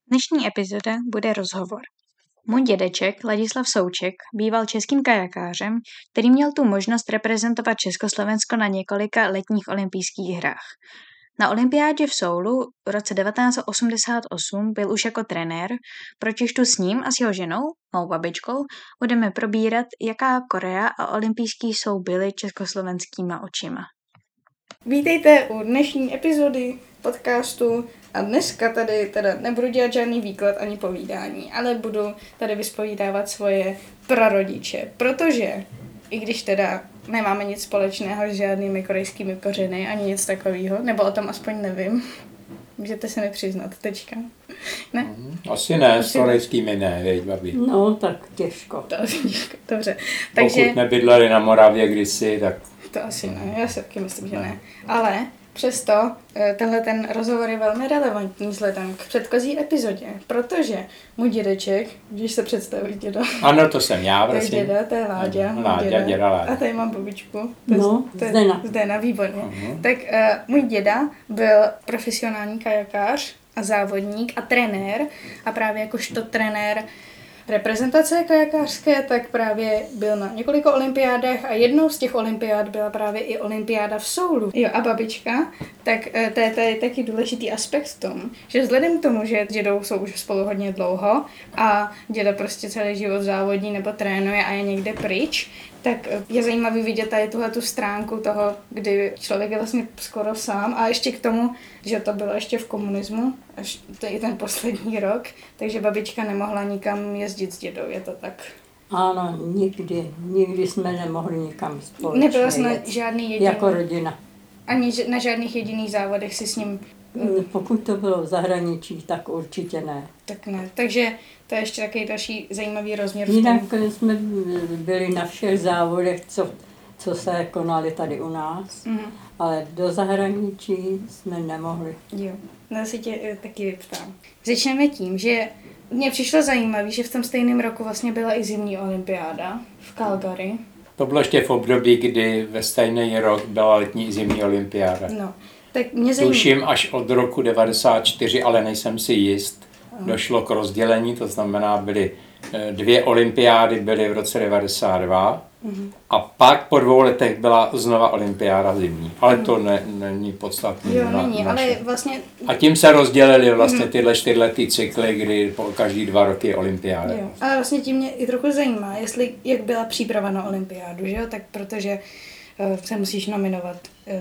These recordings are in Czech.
Dnešní epizoda bude rozhovor. Můj dědeček Ladislav Souček býval českým kajakářem, který měl tu možnost reprezentovat Československo na několika letních olympijských hrách. Na olympiádě v Soulu v roce 1988 byl už jako trenér, protiž tu s ním a s jeho ženou, mou babičkou, budeme probírat, jaká Korea a olympijský soud byly československýma očima. Vítejte u dnešní epizody podcastu a dneska tady teda nebudu dělat žádný výklad ani povídání, ale budu tady vyspovídávat svoje prarodiče, protože i když teda nemáme nic společného s žádnými korejskými kořeny ani nic takového, nebo o tom aspoň nevím, můžete se mi přiznat, tečka. Ne? Asi ne, s korejskými ne, veď, babi. No, tak těžko. To asi těžko, dobře. Takže pokud nebydleli na Moravě kdysi, tak... To asi ne, já si taky myslím, že ne. Ale přesto tenhle ten rozhovor je velmi relevantní vzhledem k předchozí epizodě, protože můj dědeček, když se představíš, děda. Ano, to jsem já, prosím. To je děda, to je Láďa. Děda Láďa. A tady mám babičku. Zdena, výborně. Tak můj děda byl profesionální kajakář a závodník a trenér a právě jakožto trenér reprezentace kajakářské, tak právě byl na několika olympiádách a jednou z těch olympiád byla právě i olympiáda v Soulu. Jo, a babička, tak to je taky důležitý aspekt v tom, že vzhledem k tomu, že s dědou jsou už spolu hodně dlouho a děda prostě celý život závodí nebo trénuje a je někde pryč, tak je zajímavý vidět tady tu stránku toho, kdy člověk je vlastně skoro sám a ještě k tomu, že to bylo ještě v komunismu, až to je ten poslední rok, takže babička nemohla nikam jezdit s dědou, je to tak? Ano, nikdy jsme nemohli nikam společně nebyla jsi na žádný jediný... Jako rodina. Ani na žádných jediných závodech si s ním... Pokud to bylo v zahraničí, tak určitě ne. Tak ne, takže to je ještě takový další zajímavý rozměr. Jinak jsme byli na všech závodech, co se konaly tady u nás, ale do zahraničí jsme nemohli. Jo, já si tě taky vyptám. Začneme tím, že mně přišlo zajímavé, že v tom stejném roku vlastně byla i zimní olympiáda v Calgary. To bylo ještě v období, kdy ve stejný rok byla letní i zimní olympiáda. No, tak mě tuším až od roku 94, ale nejsem si jist, došlo k rozdělení, to znamená, byly dvě olympiády byly v roce 92 a pak po 2 letech byla znova olympiáda zimní. Ale to není podstatné. Jo, není, ale vlastně... A tím se rozdělily vlastně tyhle 4letý cykly, kdy každý 2 roky je olympiáda. Jo, ale vlastně tím mě i trochu zajímá, jak byla příprava na olympiádu, že jo? Tak protože se musíš nominovat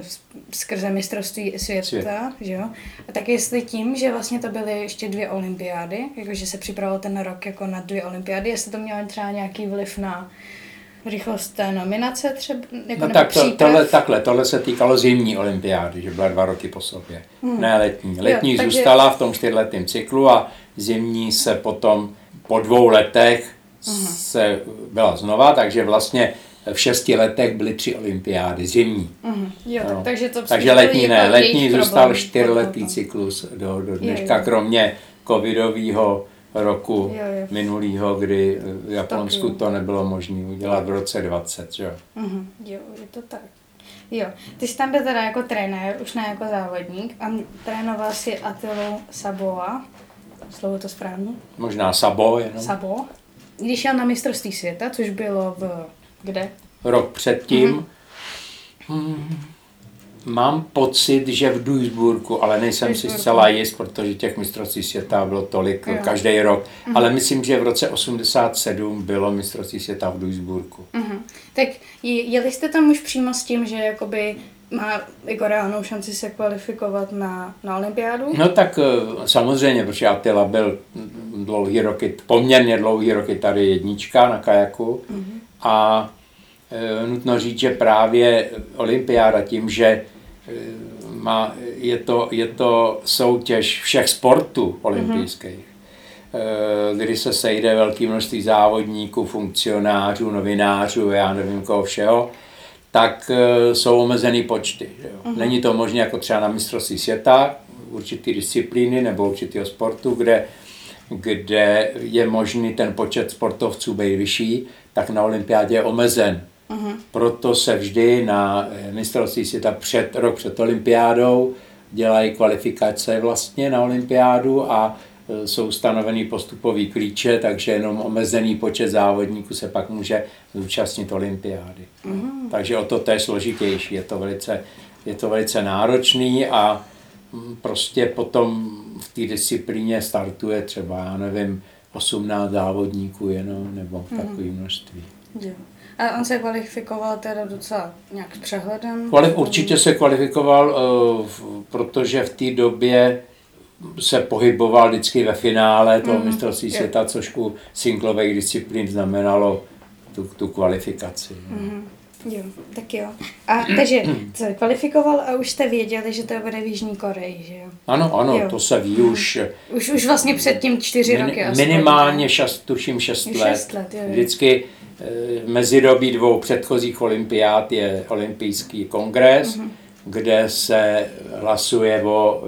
skrze mistrovství světa, že jo? A tak jestli tím, že vlastně to byly ještě 2 olympiády, jakože se připravoval ten rok jako na 2 olympiády, jestli to mělo třeba nějaký vliv na rychlost té nominace třeba? Jako no tak tohle se týkalo zimní olympiády, že byla 2 roky po sobě, ne letní. Letní jo, zůstala v tom 4letém cyklu a zimní se potom po 2 letech se byla znova, takže vlastně v 6 letech byly 3 olympiády, zimní. Jo, no. takže letní ne, letní zůstal 4letý cyklus do dneška, kromě covidového roku minulýho, kdy v Japonsku to nebylo možné udělat v roce 20, jo. Jo, je to tak. Jo, ty jsi tam byl teda jako trenér, už ne jako závodník a trénoval si Atilu Saboa, slovo to správně? Možná Sabo jenom. Sabo. Když šel na mistrovství světa, což bylo kde? Rok předtím. Mám pocit, že v Duisburgu, ale nejsem si zcela jist, protože těch mistrovství světa bylo tolik každý rok. Ale myslím, že v roce 87 bylo mistrovství světa v Duisburgu. Tak jeli jste tam už přímo s tím, že jakoby má jako reálnou šanci se kvalifikovat na olympiádu? No tak samozřejmě, protože Attila byl poměrně dlouhý roky tady jednička na kajaku a nutno říct, že právě olympiáda tím, že je to soutěž všech sportů olympijských, kdy se sejde velké množství závodníků, funkcionářů, novinářů, já nevím koho všeho, tak jsou omezený počty. Že jo? Není to možné jako třeba na mistrovství světa, určitý disciplíny nebo určitého sportu, kde je možný ten počet sportovců být vyšší, tak na olympiádě je omezen. Proto se vždy na mistrovství světa rok před olympiádou dělají kvalifikace vlastně na olympiádu a jsou stanovený postupový klíče, takže jenom omezený počet závodníků se pak může zúčastnit olympiády. Takže o to je složitější, je to velice náročný a prostě potom v té disciplíně startuje třeba, já nevím, 18 závodníků jenom, nebo takový množství. Jo. A on se kvalifikoval teda docela nějak s přehledem? Určitě se kvalifikoval, protože v té době se pohyboval vždycky ve finále toho mistrovství světa, což u singlových disciplín znamenalo tu kvalifikaci. Jo, tak jo. A takže se kvalifikoval a už jste věděli, že to bude v Jižní Koreji, že jo? Ano, jo. To se ví už. Už vlastně předtím 4 roky. Minimálně tuším 6 let. Jo. Vždycky v mezidobí 2 předchozích olympiád je olympijský kongres, kde se hlasuje o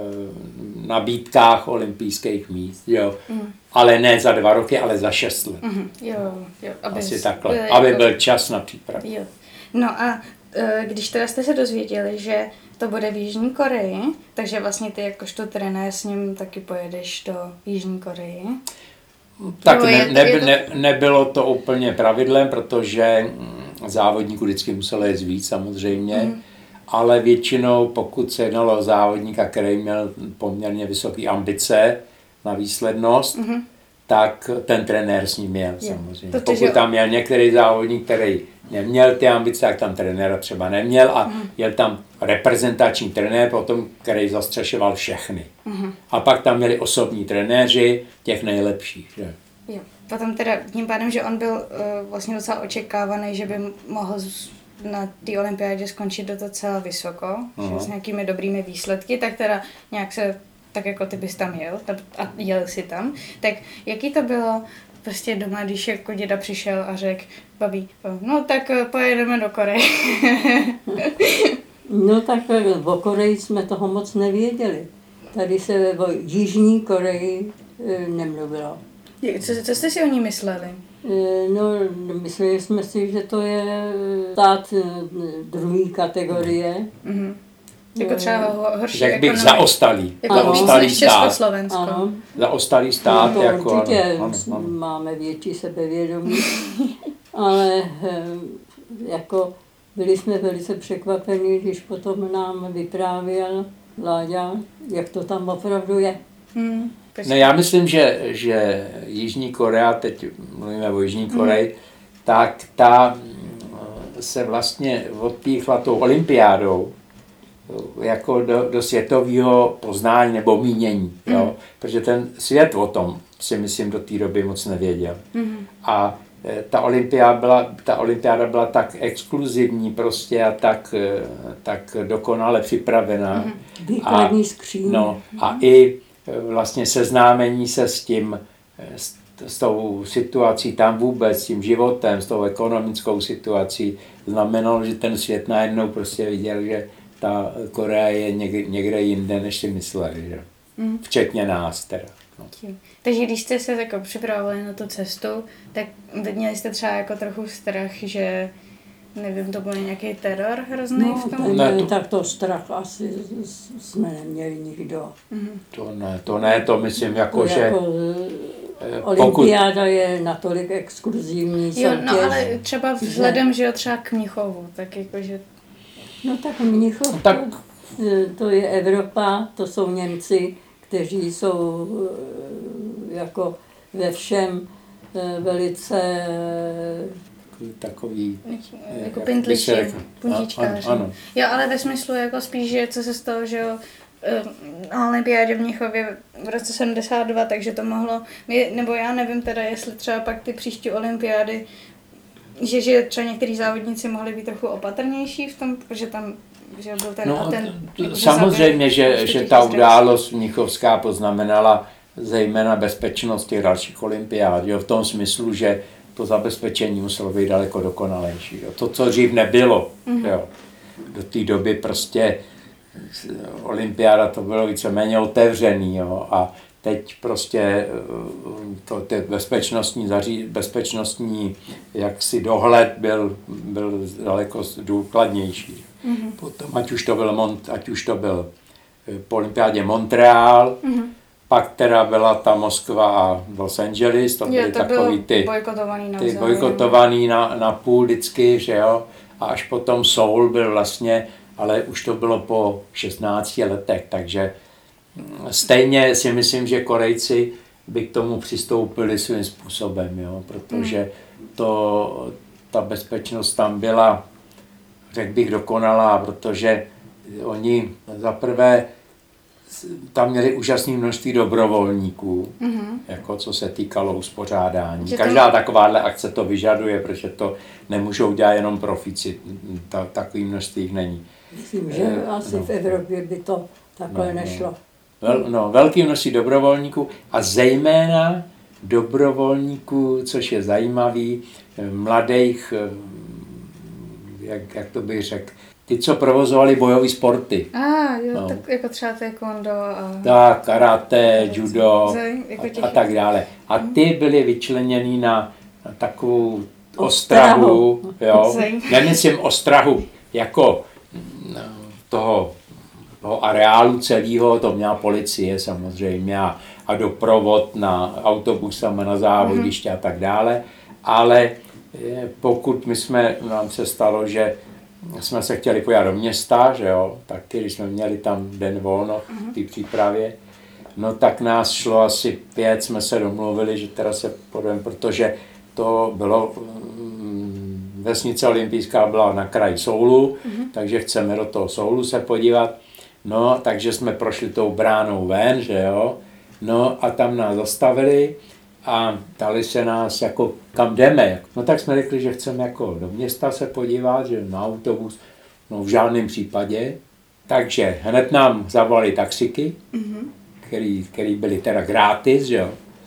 nabídkách olympijských míst, jo. Ale ne za 2 roky, ale za 6 let. Jo, asi takhle, aby byl čas na přípravu. Jo. No a když teda jste se dozvěděli, že to bude v Jižní Koreji, takže vlastně ty jakožto trenér s ním taky pojedeš do Jižní Koreji? Tak nebylo to úplně pravidlem, protože závodníků vždycky muselo jet víc samozřejmě, ale většinou, pokud se jednalo o závodníka, který měl poměrně vysoké ambice na výslednost, tak ten trenér s ním jel samozřejmě. Pokud tam měl některý závodník, který neměl ty ambice, tak tam trenéra třeba neměl a jel tam reprezentační trenér, potom, který zastřešoval všechny. A pak tam měli osobní trenéři těch nejlepších. Že? Jo. Potom teda tím pádem, že on byl vlastně docela očekávaný, že by mohl na té olympiádě skončit docela vysoko, s nějakými dobrými výsledky, tak teda nějak se, tak jako ty bys tam jel a jel si tam, tak jaký to bylo prostě doma, když jako děda přišel a řekl babi, no tak pojedeme do Koreje. No tak o Koreji jsme toho moc nevěděli. Tady se o Jižní Koreji nemluvilo. Co jste si o ní mysleli? No, mysleli jsme si, že to je stát druhé kategorie. Jako třeba horší jak bych zaostalý. Zaostalý stát. Zaostalý stát. No, jako, určitě ano. Máme větší sebevědomí, ale jako byli jsme velice překvapení, když potom nám vyprávěl Láďa, jak to tam opravdu je. No já myslím, že Jižní Korea, teď mluvíme o Jižní Koreji, tak ta se vlastně odpíchla tou olympiádou jako do světového poznání nebo mínění. Jo? Protože ten svět o tom si myslím do té doby moc nevěděl. A ta olympiáda byla tak exkluzivní prostě a tak dokonale připravená. Výkladní skříň. No, a i vlastně seznámení se s tou situací tam vůbec, s tím životem, s tou ekonomickou situací, znamenalo, že ten svět najednou prostě viděl, že ta Korea je někde jinde, než si mysleli, že? Včetně nás teda. No. Takže když jste se jako připravovali na tu cestu, tak měli jste třeba jako trochu strach, že nevím, to byl nějaký teror hrozný v tom? Tak to strach asi jsme neměli nikdo. To myslím jako, že... Olympiáda je natolik exkluzivní soutěž. Jo, no ale třeba vzhledem, že jo, třeba k Mnichovu, tak jakože... No tak Mnichov, to je Evropa, to jsou Němci, kteří jsou jako ve všem velice... Takový... Jako pintliči, puntičkáři. Jo, ale ve smyslu jako spíš, že co se stalo, že jo, na olympiádě v Mnichově v roce 72, takže to mohlo, nebo já nevím teda, jestli třeba pak ty příští olympiády, že třeba některý závodníci mohli být trochu opatrnější v tom, protože tam že byl ten samozřejmě, že ta událost mnichovská poznamenala zejména bezpečnost těch dalších olympiád, jo, v tom smyslu, že to zabezpečení muselo být daleko dokonalejší. Jo. To, co dřív nebylo, jo. Do té doby prostě olympiáda to bylo víceméně otevřený, jo, a teď prostě ty bezpečnostní jaksi dohled byl daleko důkladnější. Potom, ať už to byl po olympiádě Montreal, Pak teda byla ta Moskva a Los Angeles, to byly takový ty bojkotovaný na půl vždycky, že jo. A až potom Seoul byl vlastně, ale už to bylo po 16 letech, takže stejně si myslím, že Korejci by k tomu přistoupili svým způsobem, jo, protože ta bezpečnost tam byla, řekl bych, dokonalá, protože oni zaprvé tam měli úžasné množství dobrovolníků, jako co se týkalo uspořádání. Každá takováhle akce to vyžaduje, protože to nemůžou dělat jenom profíci, takový množství není. Myslím, že asi v Evropě by to takhle nešlo. Velké množství dobrovolníků a zejména dobrovolníků, což je zajímavý, mladých, jak to bych řekl, ty, co provozovali bojové sporty. Tak jako třeba taekwondo tak, karate, judo a tak dále. A ty byly vyčleněný na takovou ostrahu, jo. Nemyslím ostrahu jako toho areálu celého, to měla policie samozřejmě a doprovod na autobusama, na závodiště a tak dále, ale pokud nám se stalo, že jsme se chtěli pojít do města, že jo, tak když jsme měli tam den volno v té přípravě, no tak nás šlo asi 5, jsme se domluvili, že teda se podujeme, protože to bylo, vesnice olympijská byla na kraji Soulu, takže chceme do toho Soulu se podívat, no takže jsme prošli tou bránou ven, že jo, no a tam nás zastavili a ptali se nás, jako kam jdeme. No tak jsme řekli, že chceme jako do města se podívat, že na autobus, no v žádném případě. Takže hned nám zavolali taxiky, který byly teda gratis, že jo.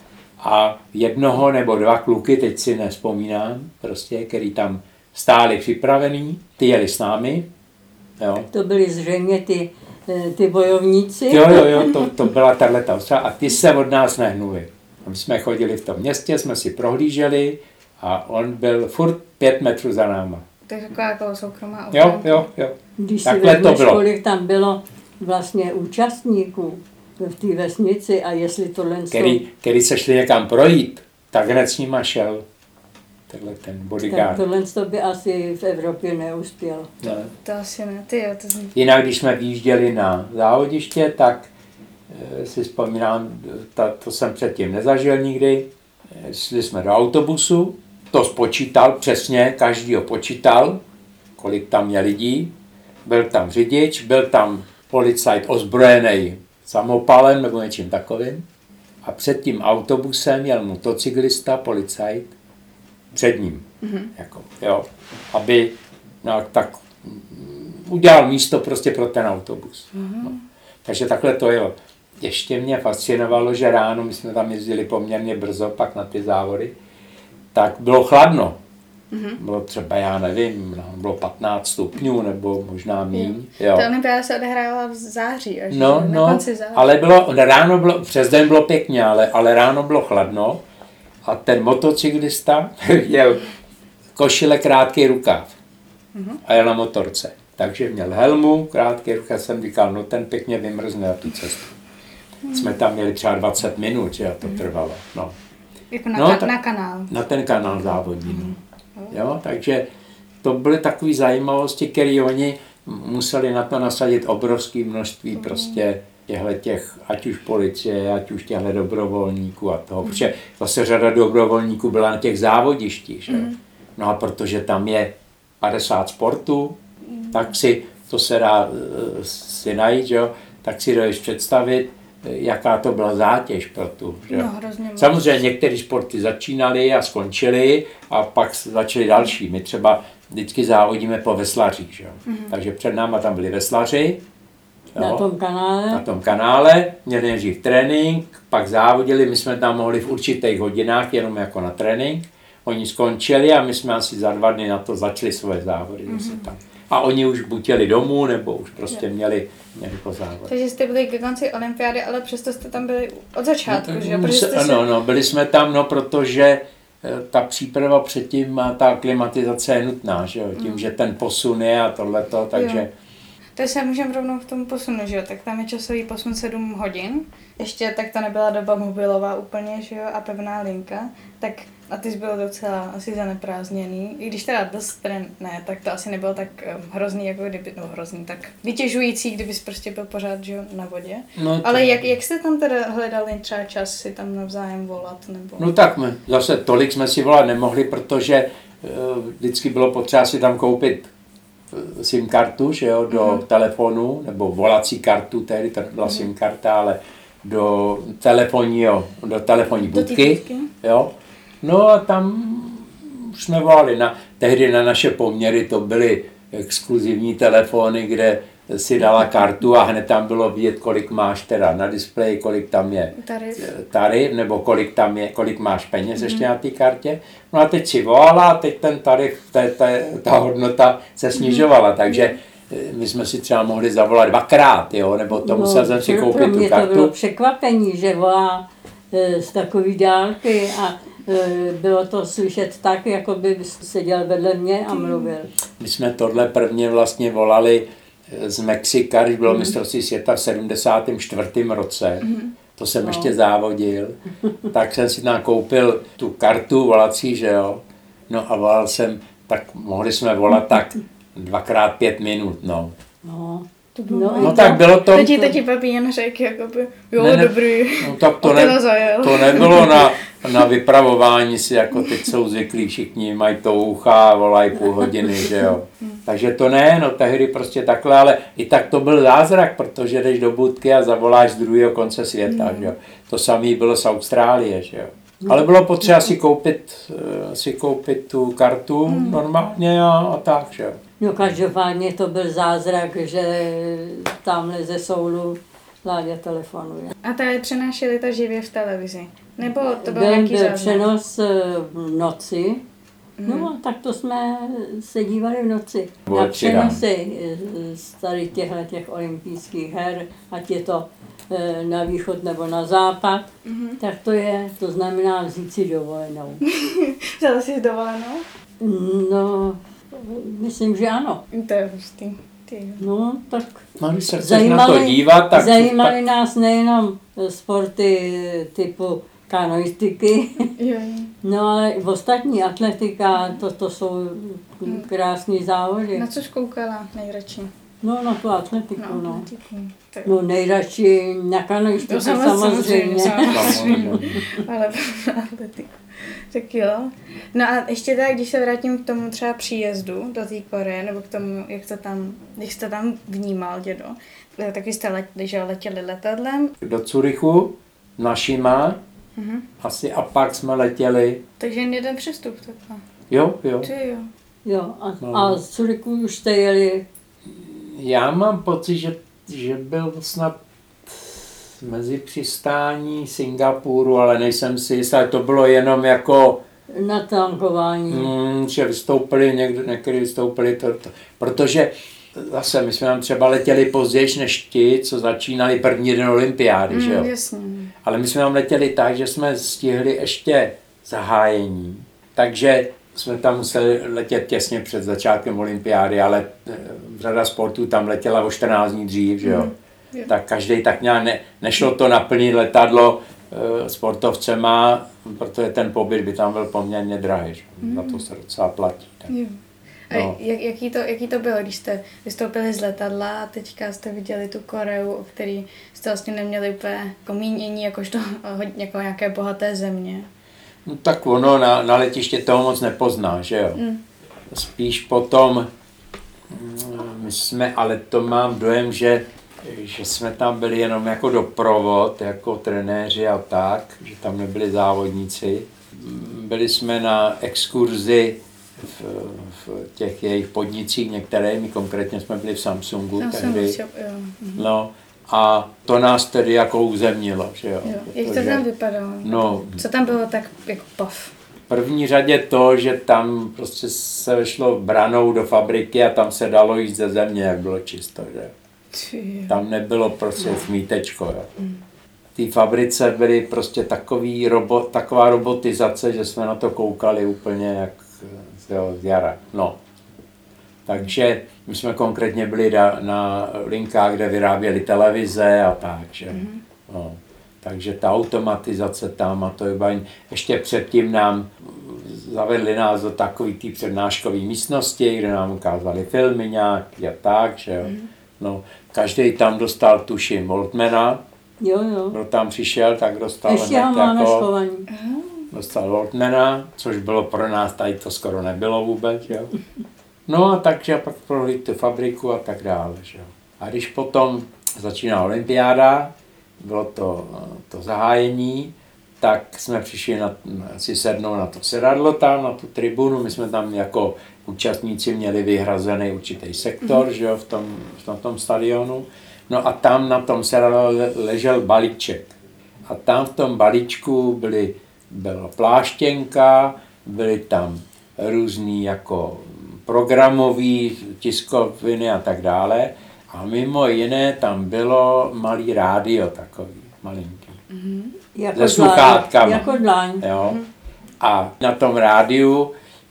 A jednoho nebo 2 kluky, teď si nevzpomínám, prostě, který tam stáli připravený, ty jeli s námi. Jo. To byly zřejmě ty bojovníci. Jo, to byla tato osa a ty se od nás nehnuli. My jsme chodili v tom městě, jsme si prohlíželi a on byl furt 5 metrů za náma. To je taková jako soukromá obrana. Jo. Když si vezmeš, kolik tam bylo vlastně účastníků v té vesnici a jestli tohle... Který se šli někam projít, tak hned s nima šel ten bodyguard. Tohle by asi v Evropě neuspěl. Ne. To asi ne, Jinak, když jsme vyjížděli na závodiště, tak si vzpomínám, to jsem předtím nezažil nikdy, šli jsme do autobusu, to spočítal přesně, každý ho počítal, kolik tam je lidí, byl tam řidič, byl tam policajt ozbrojený samopalem nebo něčím takovým a před tím autobusem jel motocyklista, policajt, před ním, jako, jo, aby tak udělal místo prostě pro ten autobus. No. Takže takhle to je. Ještě mě fascinovalo, že ráno, my jsme tam jezdili poměrně brzo pak na ty závody, tak bylo chladno. Bylo třeba, já nevím, bylo 15 stupňů nebo možná míň. Ta olympiáda se odehrála v září, až na konci září. Ale přes den bylo pěkně, ale ráno bylo chladno a ten motocyklista jel košile, krátký rukáv a jel na motorce. Takže měl helmu, krátký rukáv, jsem říkal, no ten pěkně vymrzne na tu cestu. Jsme tam měli třeba 20 minut, že to trvalo. No. Jako na kanál. Na ten kanál závodní. Jo, takže to byly takové zajímavosti, které oni museli na to nasadit obrovské množství prostě těch, ať už policie, ať už těchto dobrovolníků a toho. Protože zase řada dobrovolníků byla na těch závodištích. Že? No a protože tam je 50 sportů, tak to se dá si najít, že? Tak si jdeš představit, jaká to byla zátěž pro tu. Že? No, samozřejmě některé sporty začínaly a skončily a pak začaly další. My třeba vždycky závodíme po veslařích. Že? Takže před náma tam byli veslaři. Na tom kanále. Měli nejdřív trénink, pak závodili. My jsme tam mohli v určitých hodinách jenom jako na trénink. Oni skončili a my jsme asi za 2 dny na to začali svoje závody. Tam. A oni už buď jeli domů, nebo už prostě měli po závod. Takže jste byli ke konci olympiády, ale přesto jste tam byli od začátku, že? Byli jsme tam, protože ta příprava předtím a ta aklimatizace je nutná, že jo? Tím, že ten posun je a tohleto, takže... To se můžeme rovnou k tomu posunout, že jo? Tak tam je časový posun 7 hodin. Ještě tak to nebyla doba mobilová úplně, že jo? A pevná linka. Tak a ty jsi byl docela asi zaneprázdněný. I když teda dost ne, tak to asi nebylo tak hrozný, jako kdyby, no hrozný, tak vytěžující, kdybys prostě byl pořád, že jo, na vodě. No, ale jak jste tam teda hledali třeba čas si tam navzájem volat, nebo? No tak zase tolik jsme si volat nemohli, protože vždycky bylo potřeba si tam koupit SIM kartu, že jo, do telefonu, nebo volací kartu, tehdy to byla SIM karta, ale do telefonní budky, jo. No a tam už jsme volali, tehdy na naše poměry to byly exkluzivní telefony, kde si dala kartu a hned tam bylo vidět, kolik máš teda na displeji, kolik tam je tarif, nebo kolik máš peněz ještě na té kartě. No a teď si volala a teď ten tarif, ta hodnota se snižovala, takže my jsme si třeba mohli zavolat dvakrát, jo, nebo to musel jsem si koupit tu kartu. To bylo překvapení, že volá z takový dálky a bylo to slyšet tak, jako by seděl vedle mě a mluvil. My jsme tohle prvně vlastně volali z Mexika, když bylo mistrovství světa v 74. roce. To jsem ještě závodil. Tak jsem si tam koupil tu kartu volací, že jo. No a volal jsem, tak mohli jsme volat tak 2x5 minut, no. No tak bylo to... To ti papín řekl, jakoby, jo, dobrý, no, tak to nebylo na vypravování si, jako teď jsou zvyklí, všichni mají to ucha a volají půl hodiny, že jo. Takže to ne, no tehdy prostě takhle, ale i tak to byl zázrak, protože jdeš do budky a zavoláš z druhého konce světa, že jo. To samé bylo z Austrálie, že jo. Ale bylo potřeba si koupit tu kartu normálně a tak, že jo. No každopádně to byl zázrak, že tamhle ze Soulu Láďa telefonuje. A tady přenášeli to živě v televizi? Nebo to byl nějaký záznam? Přenos v noci. No tak to jsme se dívali v noci. Na přenosy z tady těch olympijských her, ať je to na východ nebo na západ, tak to znamená vzít si dovolenou. Vzala jsi dovolenou? No, myslím, že ano. To je hustý. No, tak zajímaly nás nejenom sporty typu kanoistiky, no ale ostatní atletika, to jsou krásný závody. Na co jsi koukala nejradši? No, na tu atletiku, no. No, nejradši na kanoistiku, samozřejmě. Ale na atletiku. Tak jo. No a ještě tak, když se vrátím k tomu třeba příjezdu do té Koreje, nebo k tomu, jak jste tam vnímal, dědo, taky jste letěli letadlem. Do Curychu, našima, asi a pak jsme letěli. Takže jen jeden přestup takhle. Jo. Jo, a z Curychu už jste jeli? Já mám pocit, že byl snad mezi přistání Singapuru, ale nejsem si jistý, to bylo jenom jako na tankování. Že vystoupili, někdy vystoupili to. Protože zase my jsme tam třeba letěli později než ti, co začínali první den olympiády, že jo? Jasně. Ale my jsme tam letěli tak, že jsme stihli ještě zahájení. Takže jsme tam museli letět těsně před začátkem olympiády, ale řada sportů tam letěla o 14 dní dřív, že jo? Tak každý tak nějak nešlo to naplnit letadlo sportovcema, protože ten pobyt by tam byl poměrně drahý, že? Za to se docela platí. Tak. No. Jaký to bylo, když jste vystoupili z letadla a teďka jste viděli tu Koreu, o který jste vlastně neměli úplně mínění, jakožto jako nějaké bohaté země? No tak ono na letiště toho moc nepozná, že jo? Spíš potom ale to mám dojem, že jsme tam byli jenom jako doprovod, jako trenéři a tak, že tam nebyli závodníci. Byli jsme na exkurzi v těch jejich podnicích, některé, my konkrétně jsme byli v Samsungu tehdy. No, a to nás tedy jako uzemnilo, že jo. Jak to tam vypadalo? No, co tam bylo tak jako paf? V první řadě to, že tam prostě se vešlo branou do fabriky a tam se dalo jít ze země, jak bylo čisto, že tam nebylo prostě smítečko, jo. V té fabrice byly prostě taková robotizace, že jsme na to koukali úplně jak z jara. No. Takže my jsme konkrétně byli na linkách, kde vyráběli televize a tak, že? No. Takže ta automatizace tam a to je bajný. Ještě předtím nám zavedli nás do takové té přednáškové místnosti, kde nám ukázali filmy nějaký a tak, že jo. No, každý tam dostal, tuším, Walkmana. Jo. Kdo tam přišel, tak dostal ještě jako, dostal Walkmana, což bylo pro nás, tady to skoro nebylo vůbec, jo. No a takže pak prohlídli tu fabriku a tak dále, že jo. A když potom začínala olympiáda, bylo to zahájení, tak jsme přišli si sednout na to sedadlo tam, na tu tribunu, my jsme tam jako účastníci měli vyhrazený určitý sektor, že jo, v tom stadionu. No a tam na tom sedadle ležel balíček. A tam v tom balíčku byla pláštěnka, byly tam různý jako programový tiskoviny a tak dále. A mimo jiné tam bylo malý rádio takový, malinký. Jako se sluchátkama. Jako dlaň. Jo. A na tom rádiu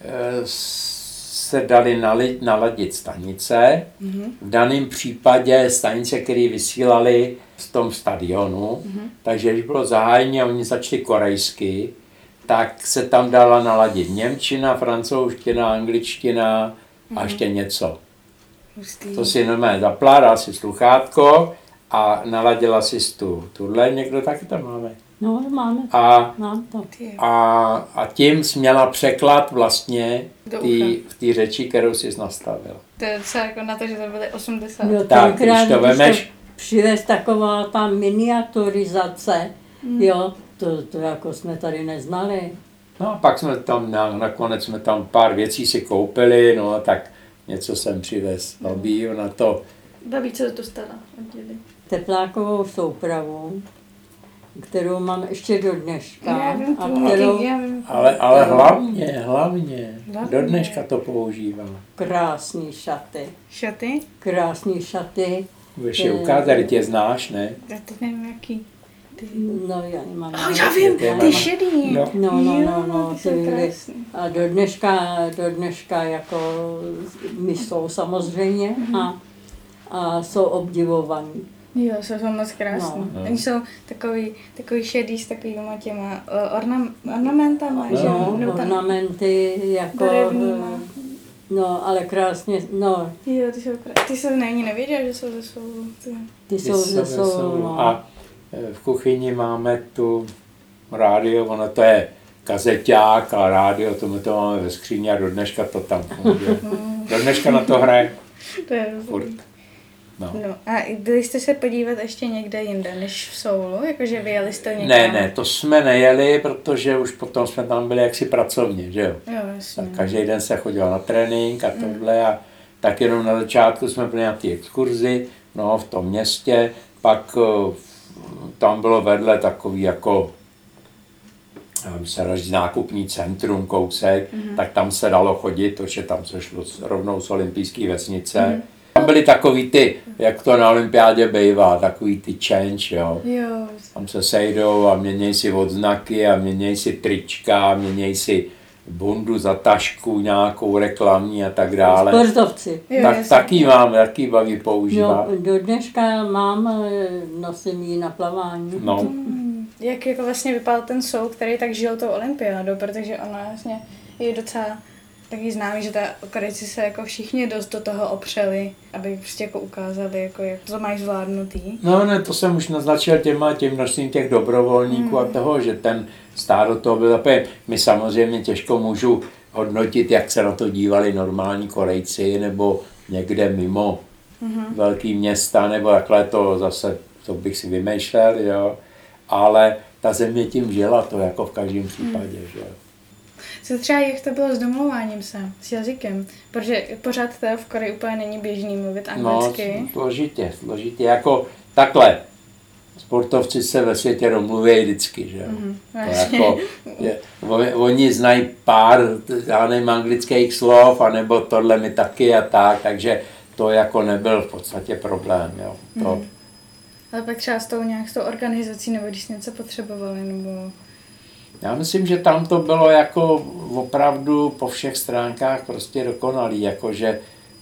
se dali naladit stanice. V daném případě stanice, které vysílaly v tom stadionu. Takže když bylo zahájení a oni začali korejsky, tak se tam dala naladit němčina, francouzština, angličtina a ještě něco. To si normálně zapla, dal si sluchátko a naladila si tuhle, někdo taky tam máme. No, máme. A tím jsi měla překlad vlastně v té řeči, kterou jsi nastavila. To je docela jako na to, že to byly 80. Jo, tak, když to vemeš... Přivez taková ta miniaturizace, jo, to jako jsme tady neznali. No a pak jsme tam, nakonec jsme tam pár věcí si koupili, no a tak něco jsem přivez novýho na to. Babi, co dostala od dědy? Teplákovou soupravu, kterou mám ještě do dneška. Já vím, Ale hlavně, do dneška to používám. Krásný šaty. Šaty? Krásný šaty. Budeš je ukázat, tě znáš, ne? Já teď nevím, jaký. No, já nemám. Já vím, ty šedý. No, ty byly. A do dneška jako my jsou samozřejmě a jsou obdivovaní. Jo, jsou moc krásný. No. Oni jsou takový šedý s takovýma těma ornamentama, že? No, ornamenty jako... No, ale krásně, no. Jo, ty jsou krásné. Ty jsem nevěděla, že jsou ze Soulu. Ty jsou ze Soulu, no. A v kuchyni máme tu rádio, ono to je kazeťák a rádio, to máme ve skříni a do dneška to tam funguje. Do dneška na to hraje. To je furt. No. A byli jste se podívat ještě někde jinde než v Soulu? Jakože vyjeli jste někam? Ne, to jsme nejeli, protože už potom jsme tam byli jaksi pracovně, že jo? Jo, jasně. Tak každý den se chodil na trénink a tohle a tak jenom na začátku jsme byli na té exkurzi, no v tom městě, pak tam bylo vedle takový jako se říct nákupní centrum, kousek, tak tam se dalo chodit, protože tam se šlo rovnou z olympijské vesnice. Tam byly takový ty, jak to na olympiádě bývá, takový ty change, jo. Tam se sejdou a měněj si odznaky a měněj si trička, měněj si bundu za tašku, nějakou reklamní a tak dále. Sportovci. Taky baví používat. No, do dneška nosím ji na plavání. No. Jak jako vlastně vypadal ten Soul, který tak žil tou olympiádou, protože ona vlastně je docela taky známý, že Korejci se jako všichni dost do toho opřeli, aby prostě jako ukázali, jako jak to mají zvládnutý. No ne, to jsem už naznačil tím množstvím těch dobrovolníků a toho, že ten stát do toho byl zapět. My samozřejmě těžko můžu hodnotit, jak se na to dívali normální Korejci, nebo někde mimo velký města, nebo takhle to zase, to bych si vymýšlel, jo. Ale ta země tím žila, to jako v každém případě, že jo. Co třeba, jak to bylo s domluváním se, s jazykem? Protože pořád to v Koreji úplně není běžný mluvit anglicky. No, složitě, jako takhle. Sportovci se ve světě domluví vždycky, že jo. Jako, oni znají pár, já nevím, anglických slov, anebo tohle mi taky a tak, takže to jako nebyl v podstatě problém, jo. Ale pak třeba s tou organizací, nebo když něco potřebovali, nebo... Já myslím, že tam to bylo jako opravdu po všech stránkách prostě dokonalý, jakože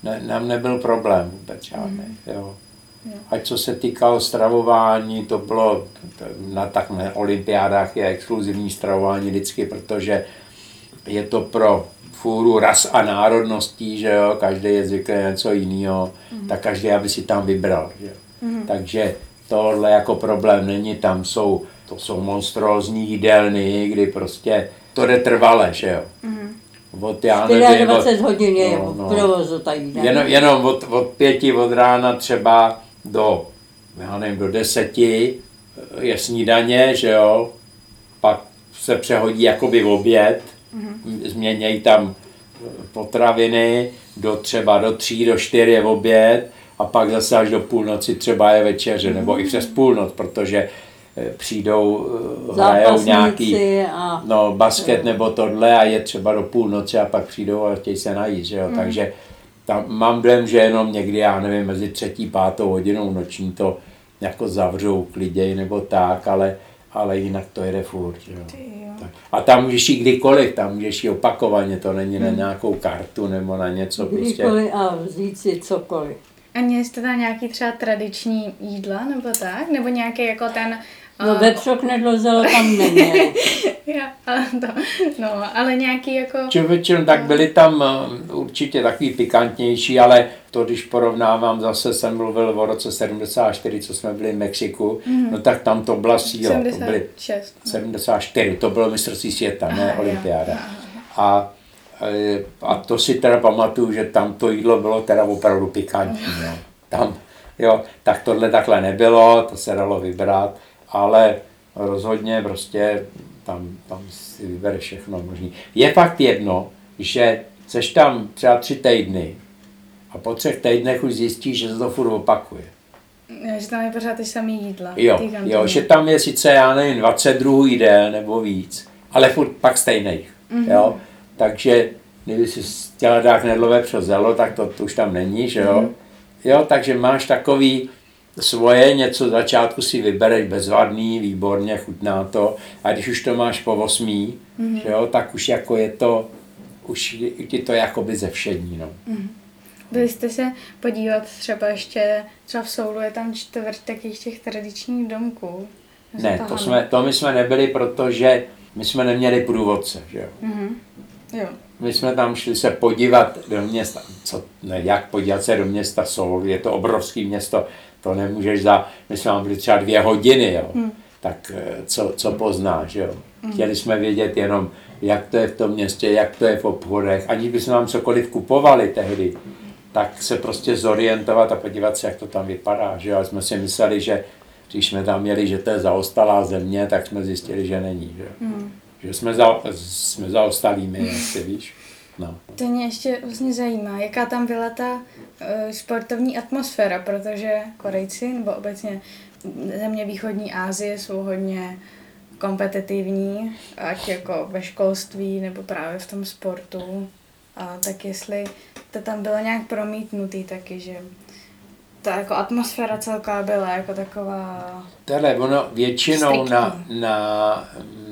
nám nebyl problém vůbec žádný. Jo. Ať co se týkalo stravování, to bylo na olympiádách je exkluzivní stravování vždycky, protože je to pro fůru ras a národností, že jo, každý je zvyklý něco jiného, tak každý aby si tam vybral. Že jo. Takže tohle jako problém není, to jsou monstrózní jídelny, kdy prostě to jde trvale, že jo. Od 24 hodin je provozu ta jídelna. Jenom od 5 od rána třeba do 10 je snídaně, že jo, pak se přehodí jakoby v oběd, změnějí tam potraviny, třeba do 3, do 4 je oběd a pak zase až do půlnoci třeba je večeře, nebo i přes půlnoc, protože přijdou, hrajou nějaký basket nebo tohle a je třeba do půlnoci a pak přijdou a chtějí se najít, že jo, takže tam mám dojem, že jenom někdy, já nevím, mezi 3. a 5. hodinou noční to jako zavřou kliděj nebo tak, ale jinak to jede furt, jo. A tam můžeš jít kdykoliv, tam můžeš jít opakovaně, to není na nějakou kartu nebo na něco. Kdykoliv a vzít si cokoliv. A měli jste tam nějaký třeba tradiční jídla nebo tak? Nebo nějaký jako ten... No vepřok nedlozelo tam neměli. Ale nějaký jako... Většinou tak byly tam určitě takový pikantnější, ale to, když porovnávám, zase jsem mluvil o roce 74, co jsme byli v Mexiku, no tak tam to byla síla. 76. 74, to bylo mistrovství světa, ne olympiáda. A to si teda pamatuju, že tam to jídlo bylo teda opravdu pikantní. No. Tam, jo, tak tohle takhle nebylo, to se dalo vybrat, ale rozhodně prostě tam si vybere všechno možný. Je fakt jedno, že seš tam třeba 3 týdny a po 3 týdnech už zjistíš, že se to furt opakuje. Že tam je pořád ty samý jídla. Jo, že tam je sice, já nevím, 22 jídel nebo víc, ale furt pak stejných. Jo? Takže kdyby si chtěla dát knedlové přezelo, tak to už tam není, že jo? Jo, takže máš takový svoje, něco začátku si vybereš bezvadný, výborně, chutná to, a když už to máš po 8, že jo, tak už jako je to, už ti to jakoby zevšední, no. Byli jste se podívat třeba v Soulu je tam 4 takových těch tradičních domků. Ne, to my jsme nebyli, protože my jsme neměli průvodce, že jo. Jo. My jsme tam šli se podívat do města, jak podívat se do města Soulu, je to obrovské město, to nemůžeš my jsme tam byli třeba 2 hodiny, jo. Tak co poznáš, jo. Chtěli jsme vědět jenom, jak to je v tom městě, jak to je v obchodech, aniž bychom nám cokoliv kupovali tehdy, tak se prostě zorientovat a podívat se, jak to tam vypadá, že jo. A jsme si mysleli, že když jsme tam měli, že to je zaostalá země, tak jsme zjistili, že není, že jo. Že jsme zaostalými, asi víš. No. To mě ještě vlastně zajímá, jaká tam byla ta sportovní atmosféra, protože Korejci, nebo obecně země východní Asie jsou hodně kompetitivní, ať jako ve školství, nebo právě v tom sportu. A tak jestli to tam bylo nějak promítnutý taky, že ta jako atmosféra celková byla jako taková... Ono většinou na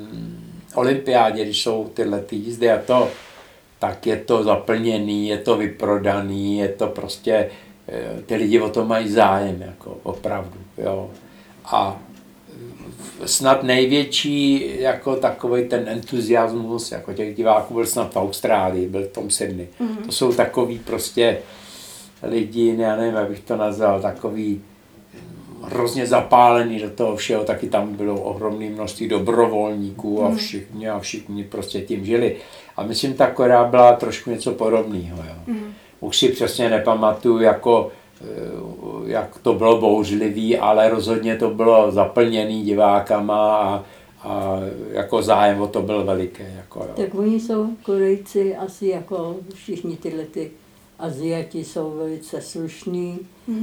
olympiádě, když jsou tyhle jízdy a to, tak je to zaplněný, je to vyprodaný, je to prostě, ty lidi o to mají zájem, jako opravdu, jo. A snad největší, jako takovej ten entuziasmus, jako těch diváků byl snad v Austrálii, byl v tom Sydney. To jsou takový prostě lidi, já nevím, jak bych to nazval, takový hrozně zapálený do toho všeho, taky tam bylo ohromné množství dobrovolníků a všichni prostě tím žili. A myslím, ta Korea byla trošku něco podobného. Už si přesně nepamatuju, jak to bylo bouřlivý, ale rozhodně to bylo zaplněný divákama a jako zájem o to byl veliký. Tak oni jsou Korejci asi jako všichni tyhle Aziati jsou velice slušní,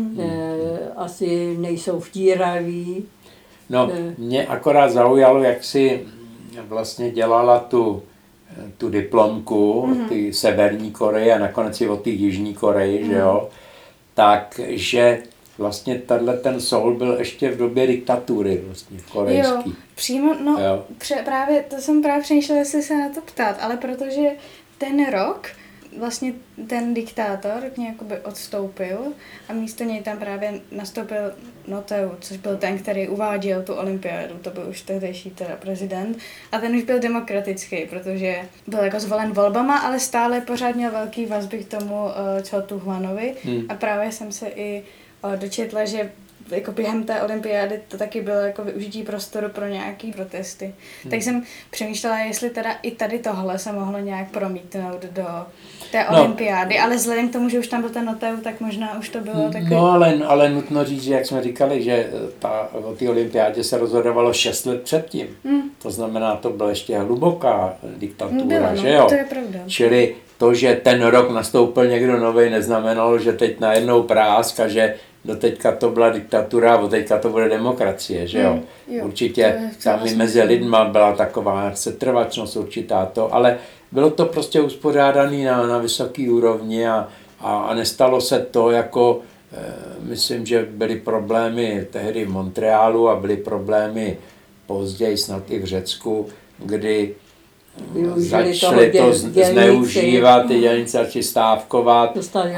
asi nejsou vtíraví. No, mě akorát zaujalo, jak si vlastně dělala tu diplomku, ty Severní Koreje a nakonec i od té Jižní Koreji, že jo, takže vlastně ten Soul byl ještě v době diktatury vlastně korejský. Jo, přímo, no, jo. Právě, to jsem právě přemýšlela, jestli se na to ptát, ale protože ten rok vlastně ten diktátor nějakoby odstoupil a místo něj tam právě nastoupil Noteu, což byl ten, který uváděl tu olympiádu, to byl už tehdejší teda prezident a ten už byl demokratický, protože byl jako zvolen volbama, ale stále pořád měl velký vazby k tomu Chol Thumanovi a právě jsem se i dočetla, že jako během té olympiády to taky bylo jako využití prostoru pro nějaký protesty. Tak jsem přemýšlela, jestli teda i tady tohle se mohlo nějak promítnout do té olympiády, ale vzhledem k tomu, že už tam byl ten Noteu, tak možná už to bylo takový... No ale nutno říct, že jak jsme říkali, že o té olympiádě se rozhodovalo 6 let předtím. To znamená, to byla ještě hluboká diktatura, byla, že jo? To je pravda. Čili to, že ten rok nastoupil někdo nový, neznamenalo, že teď najednou prásk a že doteďka to byla diktatura a doteďka to bude demokracie, že jo? Určitě tam i mezi lidma byla taková setrvačnost určitá to, ale bylo to prostě uspořádané na vysoký úrovni a nestalo se to jako, myslím, že byly problémy tehdy v Montrealu a byly problémy později snad i v Řecku, kdy začali to zneužívat, ty dělnice začali stávkovat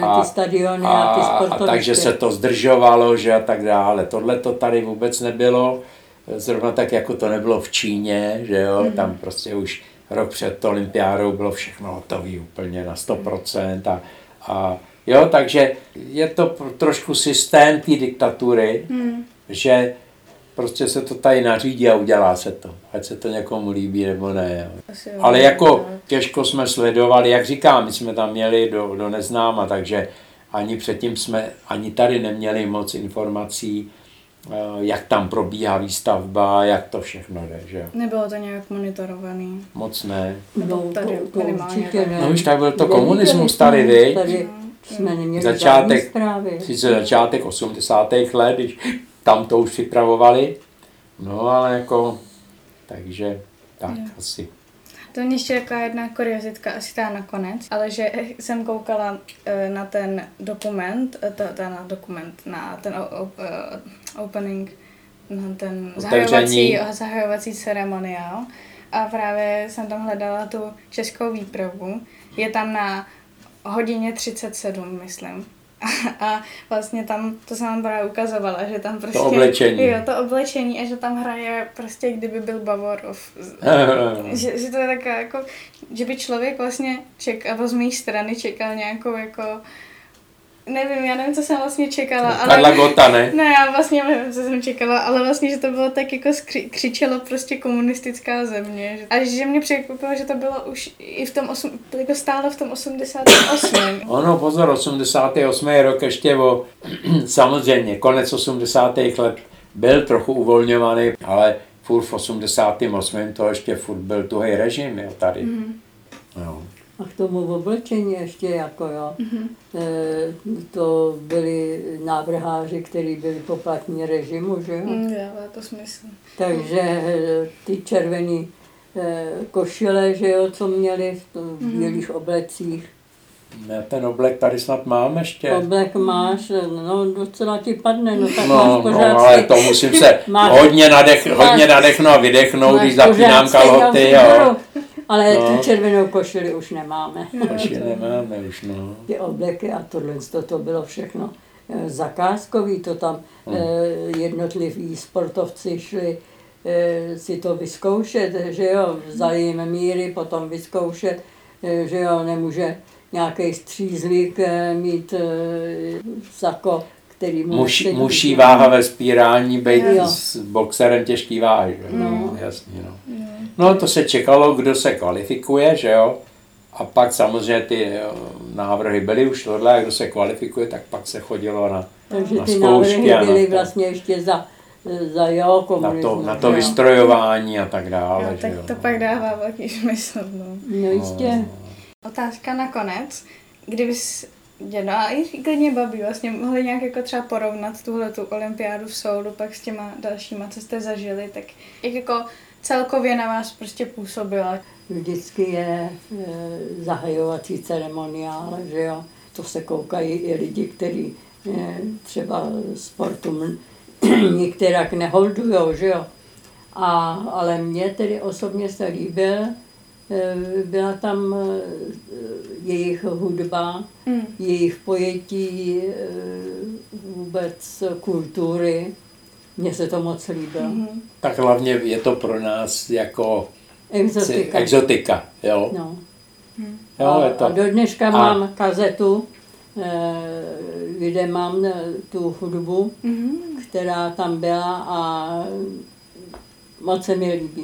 a takže se to zdržovalo, že a tak dále. Tohle to tady vůbec nebylo, zrovna tak, jako to nebylo v Číně, že jo, tam prostě už rok před olympiádou bylo všechno hotové úplně na 100% a jo, takže je to trošku systém té diktatury, že prostě se to tady nařídí a udělá se to, ať se to někomu líbí nebo ne. Ale jako těžko jsme sledovali, jak říkám, my jsme tam měli do neznáma, takže ani předtím jsme ani tady neměli moc informací, jak tam probíhá výstavba, jak to všechno jde, že jo. Nebylo to nějak monitorovaný? Moc ne. No, tady to určitě ne. No už tak byl to komunismus tady, viď? Tady jsme neměli žádný zprávy. Sice začátek 80. let, když tam to už připravovali, no ale jako, takže tak asi. To mě ještě taková jedna kuriozitka, asi ta nakonec, ale že jsem koukala na ten dokument, na ten opening, na ten zahajovací ceremoniál a právě jsem tam hledala tu českou výpravu. Je tam na hodině 37, myslím. A vlastně tam, to jsem vám právě ukazovala, že tam prostě... To oblečení. Jo, to oblečení a že tam hraje prostě, kdyby byl Bavorov. že to je taková jako, že by člověk vlastně čekal, z mé strany čekal nějakou jako... já nevím, co jsem vlastně čekala, ale... Karla Gotta, ne? Ne, já vlastně nevím, co jsem čekala, ale vlastně, že to bylo tak jako křičelo prostě komunistická země. A že mě překvapilo, že to bylo už i v tom, jako stále v tom 88. Ono, pozor, 88. rok ještě samozřejmě, konec 80. let byl trochu uvolňovaný, ale furt v 88. to ještě furt byl tuhej režim, jo, tady. Jo. A k tomu oblečení ještě jako, jo. To byli návrháři, kteří byli poplatní režimu, že jo? Dává to smysl. Takže ty červený košile, že jo, co měli v bílých oblecích. Ne, ten oblek tady snad mám ještě. Oblek máš, no docela ti padne, no tak máš pořád ale to musím se hodně nadechnout a vydechnout, když zapínám kalhoty, jo. Ale tu červenou košili už nemáme. Košili nemáme už, no. Ty obleky a to bylo všechno zakázkový, to tam jednotliví sportovci šli si to vyzkoušet, že jo, vzali jim míry, potom vyzkoušet, že jo, nemůže nějaký střízlík mít sako, který mu musí váha ve spírání být s boxerem těžký váhy, že? Jasně, no. No to se čekalo, kdo se kvalifikuje, že jo, a pak samozřejmě ty návrhy byly už tohle, a kdo se kvalifikuje, tak pak se chodilo na takže na ty zkoušky návrhy byly vlastně ještě za jeho komunismu. Na to vystrojování a tak dále. Jo, tak to pak dává velký smysl. No jistě. Otázka nakonec, kdybys děda a i klidně babi vlastně mohli nějak jako třeba porovnat tuhletu olympiádu v Soulu pak s těma dalšíma, co jste zažili, tak jak jako celkově na vás prostě působila? Vždycky je zahajovací ceremoniál, že jo. To se koukají i lidi, kteří třeba sportu některak neholdujou, že jo. Ale mně tedy osobně se líbil byla tam jejich hudba, jejich pojetí vůbec kultury. Mně se to moc líbilo. Tak hlavně je to pro nás jako exotika. Jo? No. Jo, je to. A do dneška mám kazetu, kde mám tu hudbu, která tam byla a moc se mi líbí.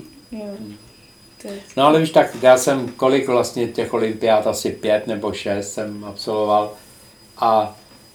No ale víš, tak já jsem kolik vlastně těch olympiád, asi 5 nebo 6 jsem absolvoval a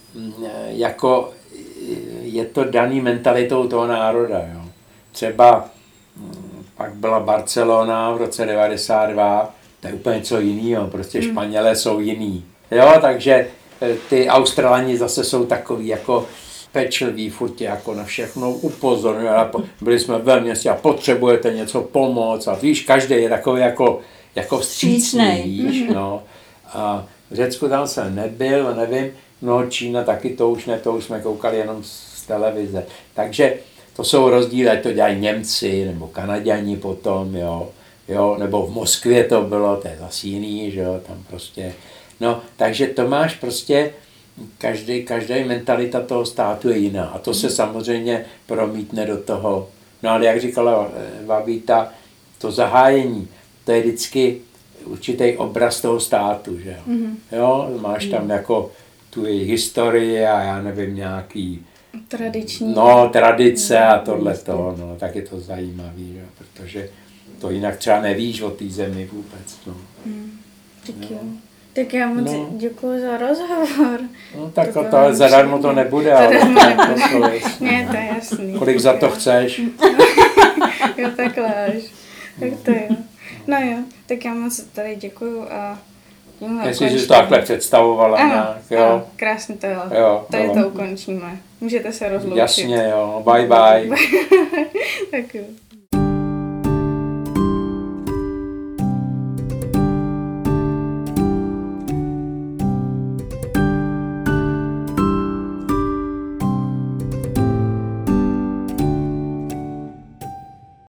jako je to daný mentalitou toho národa. Jo. Třeba pak byla Barcelona v roce 92, to je úplně něco jiného, prostě Španělé jsou jiný. Jo, takže ty Australani zase jsou takový jako pečliví, furt jako na všechno upozorňují. Byli jsme ve městě a potřebujete něco pomoct a víš, každý je takový jako vstřícný, víš, no. A v Řecku tam jsem nebyl, nevím, no Čína taky to už ne, to už jsme koukali jenom z televize. Takže to jsou rozdíly, ať to dělají Němci nebo Kanaďani potom, jo, nebo v Moskvě to bylo, to je zase jiný, že jo, tam prostě, no, takže to máš prostě, každý mentalita toho státu je jiná a to se samozřejmě promítne do toho, no ale jak říkala Babita, to zahájení, to je vždycky určitý obraz toho státu, že jo, jo, máš tam jako tu jejich historii a já nevím, nějaký tradiční. No, tradice a tohleto, no, tak je to zajímavý, jo, protože to jinak třeba nevíš o té zemi vůbec, no. Tak jo. Tak já moc děkuji za rozhovor. No tak to zadarmo to nebude, ale to je jasný. Ne, to je jasný. Kolik za to chceš? Jo, takhle až. Tak to jo. No jo, tak já moc tady děkuju a jestli jsi to takhle představovala nějak, jo. Ano, krásně to jo. Tady to ukončíme. Můžete se rozloučit. Jasně, jo. Bye bye. Tak jo.